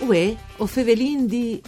Uè, o Fevelin di...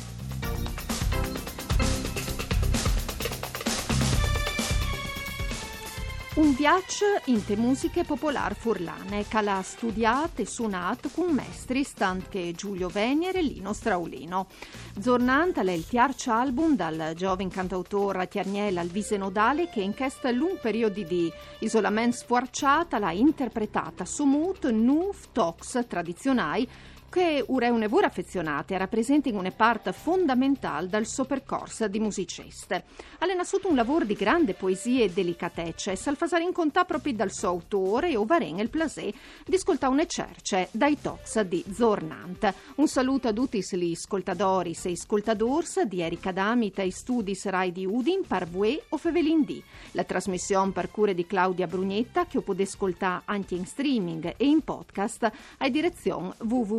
Un viaggio in te musiche popolari furlane che l'ha studiato e suonato con maestri stand che Giulio Venier e Lino Straulino. Zornanta è il terzo album dal giovane cantautore Tiarniel Alvise Nodale che in questo lungo periodo di isolamento sforciata l'ha interpretata su mut nuove tox tradizionali che ora è un'evora affezionata e rappresenta una parte fondamentale del suo percorso di musicista. Ha nasciuto un lavoro di grande poesia e delicatezza e sal fasare in conta proprio dal suo autore e ovaren il plasè di ascoltare une cerce dai tox di Zornant. Un saluto a tutti gli ascoltatori e ascoltadors di Erika Damit ai studi Rai di Udin, Parvue o Fevelin D. La trasmissione per cure di Claudia Brugnetta che potete ascoltare anche in streaming e in podcast a direzione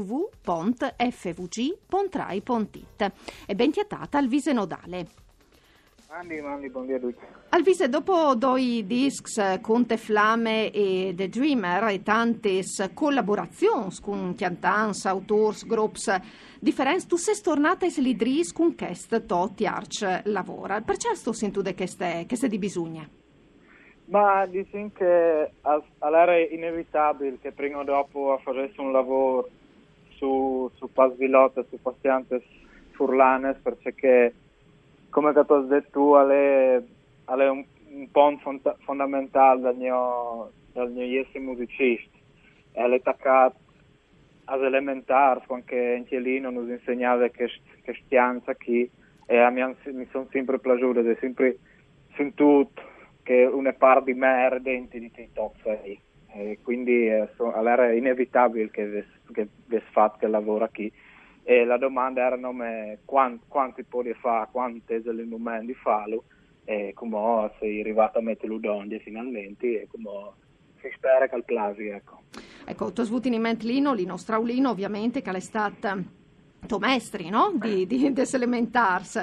www.fvg.rai.it. E ben tiatata al Vise Nodale. Mandi, buongiorno a tutti. Alvise, dopo due discs Conte Flamme e The Dreamer e tante collaborazioni con cantanti, autori, gruppi differenti, tu sei tornata ai lidris con questo Totti Arch lavora. Perché sto sentendo che stai di bisogno? Ma diciamo che era inevitabile che prima o dopo facessi un lavoro su pasvilotte, su pazienti furlanes, perché come tu hai detto tu, è un punto fondamentale del mio essere musicista. È attaccato ad elementari, anche in Cielino ci insegnava che stianza qui, e mi sono sempre piaciuto, ho sempre sentito che una parte di me era dentro di TikTok. E quindi era inevitabile che avessi fatto quel lavoro qui. E la domanda era quanti puoi fare, quanti è il momento di farlo, e come sei arrivato a metterlo donde finalmente, e come si spera che il plasi, ecco. Ecco, tu hai avuto in mente Lino Straulino, ovviamente, che è stato tuo maestri, no? di elementars.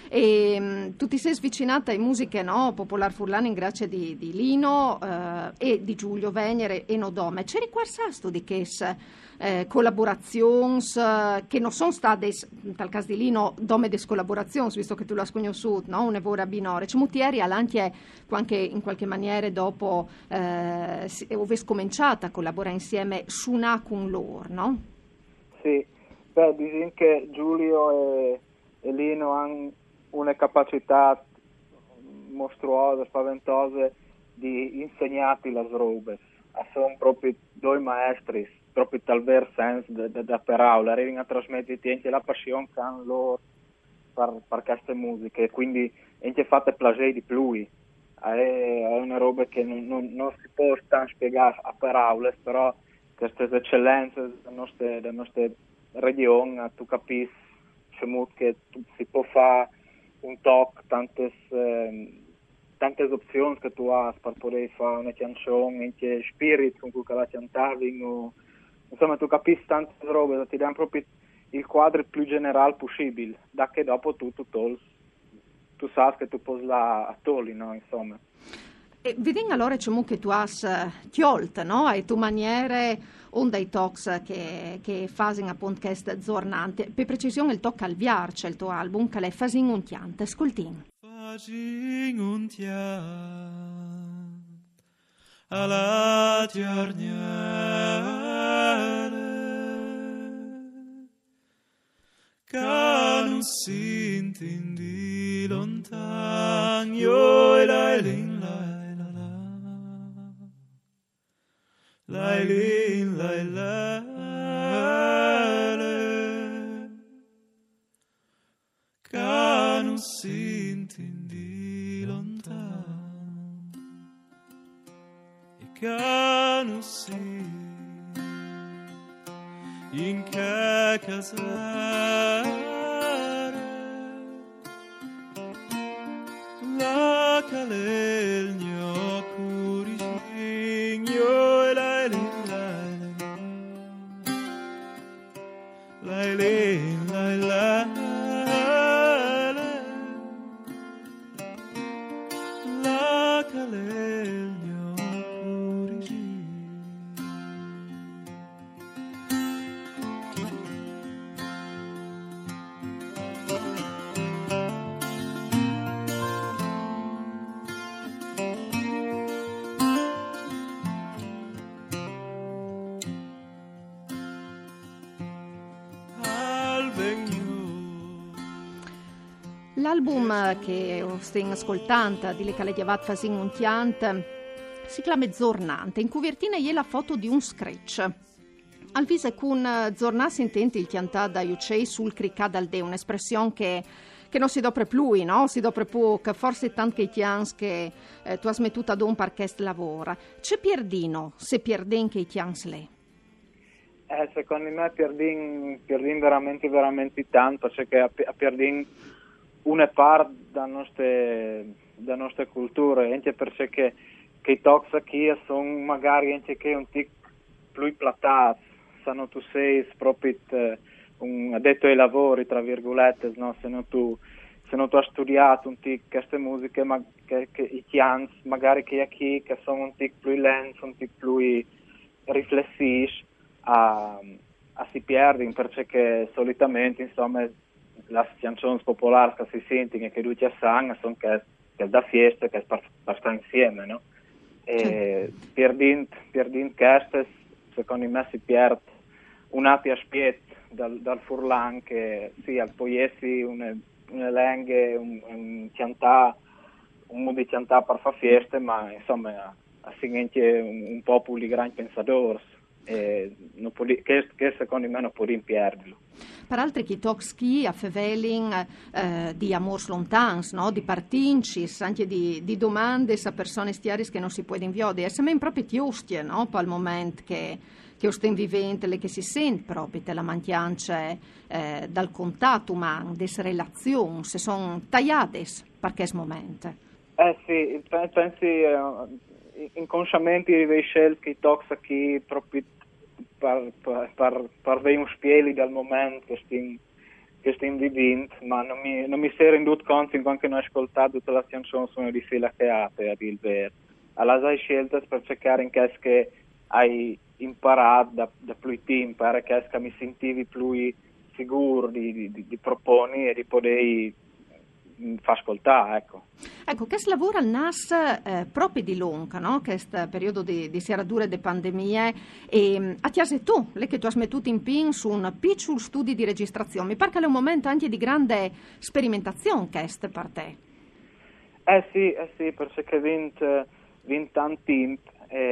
E tu ti sei svicinata ai musiche, no? Popolar furlane in grazie di Lino e di Giulio Venier e Nodome. C'eri quarsasto di che collaborazioni che non sono state, in tal caso di Lino, dome des collaborazioni, visto che tu l'hai conosciuto, no? Un'evora binore. C'è mutieri all'anche anche in qualche maniera dopo avessi cominciato a collaborare insieme su una con loro, no? Sì. Beh, diciamo che Giulio e Lino hanno una capacità mostruosa, spaventosa di insegnarti le robe. Sono proprio due maestri, proprio tal vero senso da parola. Arrivano a trasmetterti anche la passione che hanno loro per queste musiche, quindi anche fate piacere di più. È una roba che non si può spiegare a parole, però queste eccellenze delle nostre regione, tu capisci che si può fare un talk, tante opzioni che tu hai per poter fare una canzone, anche spirito con cui la cantavi, insomma tu capisci tante robe, ti danno proprio il quadro più generale possibile, da che dopo tu sai che tu puoi la a toli, no, insomma. E vedi allora che tu hai tiolt, no? E tu maniere on dai talks che fasin appunto questa zornante. Per precisione il tocca al viarce, il tuo album, che l'è fasin un tiant. Ascoltin. Fasin un tiant alla Tiarniele che non senti di lontano io e la Lailin, che non senti di lontano e che non senti in che casare la calegno curicigno vegno. L'album che stiamo ascoltando, di le Calegiavat Fasin Untiant, si chiama Zornante. In copertina è la foto di un scratch. Al viso con Zornà si intende il chiantà da Iucei sul cricà dal de, un'espressione che non si dopre più, no? Si dopre più, che forse tanti i tians che tu hai smettuto ad un parchest lavora. C'è pierdino se pierden che i tians le? Secondo me pierdin veramente, veramente tanto, perché a pierdin una parte da nostre culture, anche perché i talks qui sono magari anche che un tic più platati, sanno tu sei proprio un addetto ai lavori, tra virgolette, no? Se non tu hai studiato un tic queste musiche, ma che i chians magari che qui che sono un tic più lenti, un tic più riflessivi, si perdono, perché solitamente insomma le canzoni popolari che si sentono e che lui ci sanno sono che da festa, che per stare insieme, no? E perdendo queste, secondo me si perde un aspetto dal furlan che sia poi essi una lingua, un cantà, un modo di cantare per fare feste, ma insomma anche un popolo di grandi pensatori. Che secondo me non può perderlo. Per altri chi tocchi a Fevelin di amors lontans, no? Di partincis, anche di domande a persone stiaris che non si può inviare. E se me proprio ti ostie, no? Per il momento che osten vivente, le che si sente proprio della mancanza dal contatto umano, delle relazioni, se sono tagliate per questo momento. Sì, pensi inconsciamente avevi scelto che i talks qui proprio per avere un spieli dal momento che stiamo vivendo, ma non mi si è renduto conto in quanto non ho ascoltato tutte le canzoni sono di fila che ha, per dire il vero. Allora hai scelto per cercare in caso che hai imparato da più tempo, che mi sentivi più sicuro di proponi e di poter far ascoltare, Ecco, che lavora al NAS proprio di Lonca, no? Questo periodo di serradure de pandemie e a chiase tu, lei che tu hai smettuto in pin su un piccolo studio di registrazione, mi pare che è un momento anche di grande sperimentazione questo per te. Sì, perché vinto tanto tempo,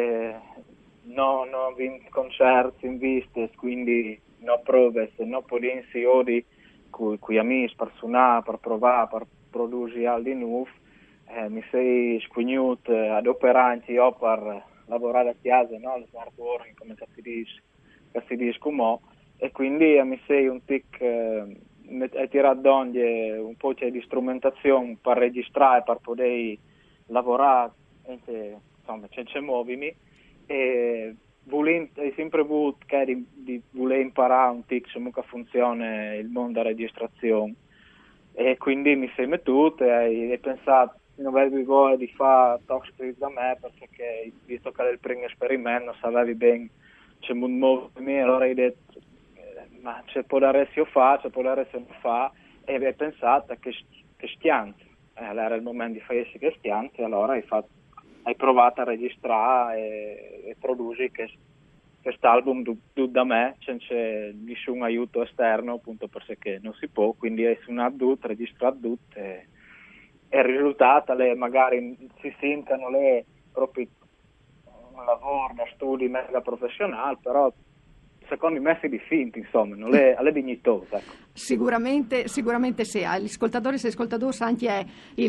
no vinto concerti in viste, quindi no prove, no potenzi odi con amici per suonare, per provare, per produrre al di nuovo. Mi sei squignuto ad operare io per lavorare a casa, no? Al smart working, come si dice come, e quindi mi sei un tic tirato d'ogni un po' di strumentazione per registrare, per poter lavorare, insomma, senza muovermi, e hai sempre avuto di voler imparare un tic come funziona il mondo della registrazione, e quindi mi sei mettuto e hai pensato non avevi voglia di fare talk script da me, perché visto che era il primo esperimento non sapevi bene c'è un movimento, allora hai detto ma c'è può dare se io faccio, può dare se non fa, e hai pensato che stiante, allora era il momento di fare che stiante, allora hai provato a registrare e produci quest'album da me senza nessun aiuto esterno, appunto perché non si può, quindi hai suonato tutto, registrato tutto e il risultato magari si sentono proprio un lavoro da studi mega professionale, però secondo me si diffinto, insomma, non è dignitoso, ecco. Sicuramente sì, agli ascoltatori e ascoltatori anche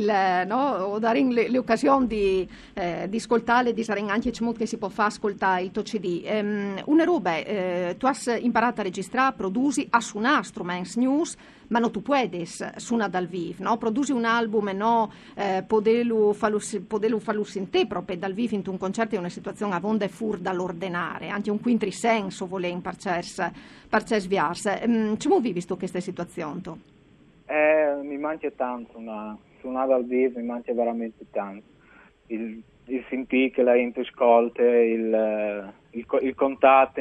o dare le occasioni di ascoltare, di usare anche che si può fare ascoltare il tuo CD. Una roba, tu hai imparato a registrare, produci, a suonare strumenti news, ma non tu puoi suonare dal vivo, no? Produci un album e no poterlo farlo sentire proprio dal vivo in un concerto è una situazione a vonda e fur dall'ordinare, anche un quintri senso voler per sviarsi. Come vivi tu questa situazione? Mi manca tanto, suonare dal vivo mi manca veramente tanto. Il sentire che la gente ascolta, il contatto,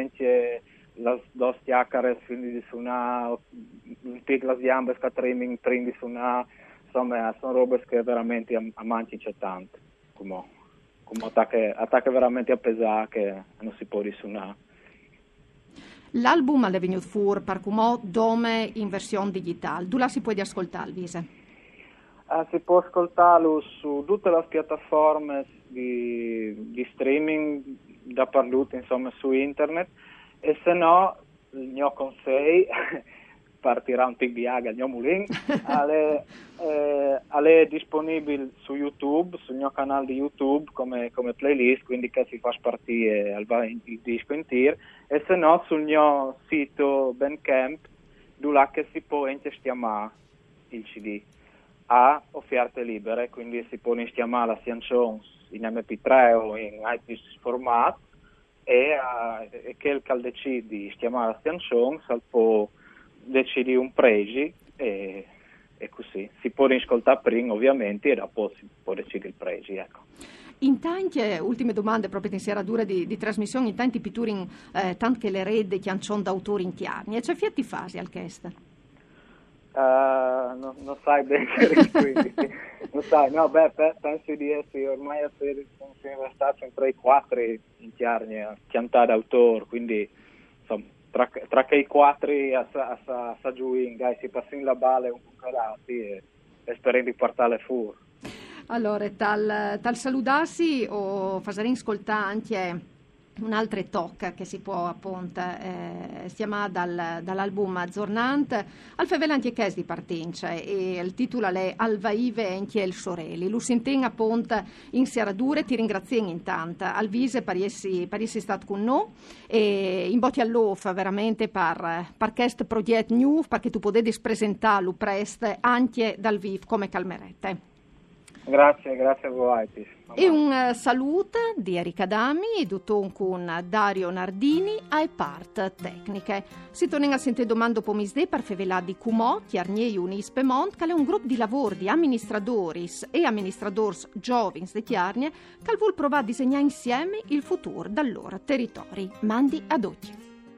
lo stiacare di suonare, il piccolo gambe che prima di suonare, insomma, sono robe che veramente a manchi c'è tanto, come attacca veramente a pesare che non si può risuonare. L'album è venuto fuori per comò dome in versione digitale. Dove la si può ascoltare, Vise? Si può ascoltarlo su tutte le piattaforme di streaming dappertutto, insomma, su internet, e se no il mio consiglio partirà un TBA al mio mulin è disponibile su YouTube, sul mio canale di YouTube come playlist, quindi che si fa partire il disco intero, e se no sul mio sito Bandcamp dove che si può chiamare il CD a offerte libere, quindi si può chiamare la canzone in MP3 o in altri formati, e che il decide di chiamare la canzone si può decidere un prezzo, e così si può ascoltare prima ovviamente e dopo si può decidere il prezzo, ecco. In tante ultime domande proprio in serradura di trasmissione, in tanti pittori tanto che le rede che hanno d'autori in chiarni, e c'è fiatti fasi al chest? Non sai bene quindi non sai, no, penso di essere ormai sono stato tra i 4 in chiarni a cantare d'autore, quindi insomma tra che i 4 a giù si passa in la balle un po' calati e speriamo di portarle fuori. Allora, tal saludarsi o fare ascoltare anche un'altra tocca che si può appunto stiamo dall'album Zornant al fevelanti che di partenza, e il titolo è Alvaive enche il Sorelli. Lo sentin appunto in serradure, ti ringrazio intanto al Vise per essere stato con noi, e in botti all'off veramente per questo progetto new, perché tu potevi presentarlo presto anche dal vivo come calmerette. Grazie a voi. E un saluto di Erika Dami, dottor con Dario Nardini ai part tecniche. Si torna a sentire domande dopo misdè per fevelà di Cumò, Chiarniei Unis Pemont, che è un gruppo di lavoro di amministradoris e amministradors giovins di Chiarnie, che vuol provare a disegnare insieme il futuro dal loro territori. Mandi ad occhi.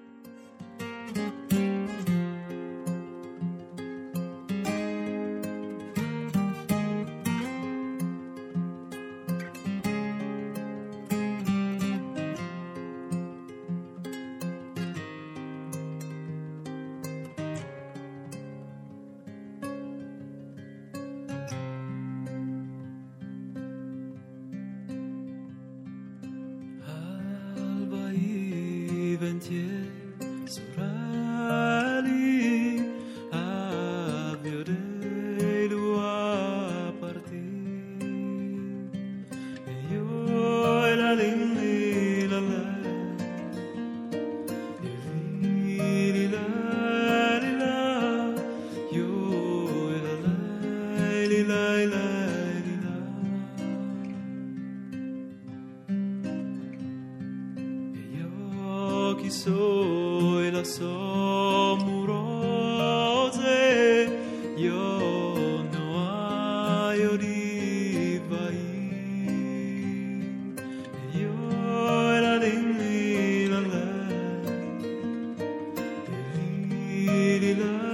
Sorelli, avviarelo a partire, e io e la lì la e lì la io e la chi so e la so murose, io no aio di vai, io e la lì la e lì la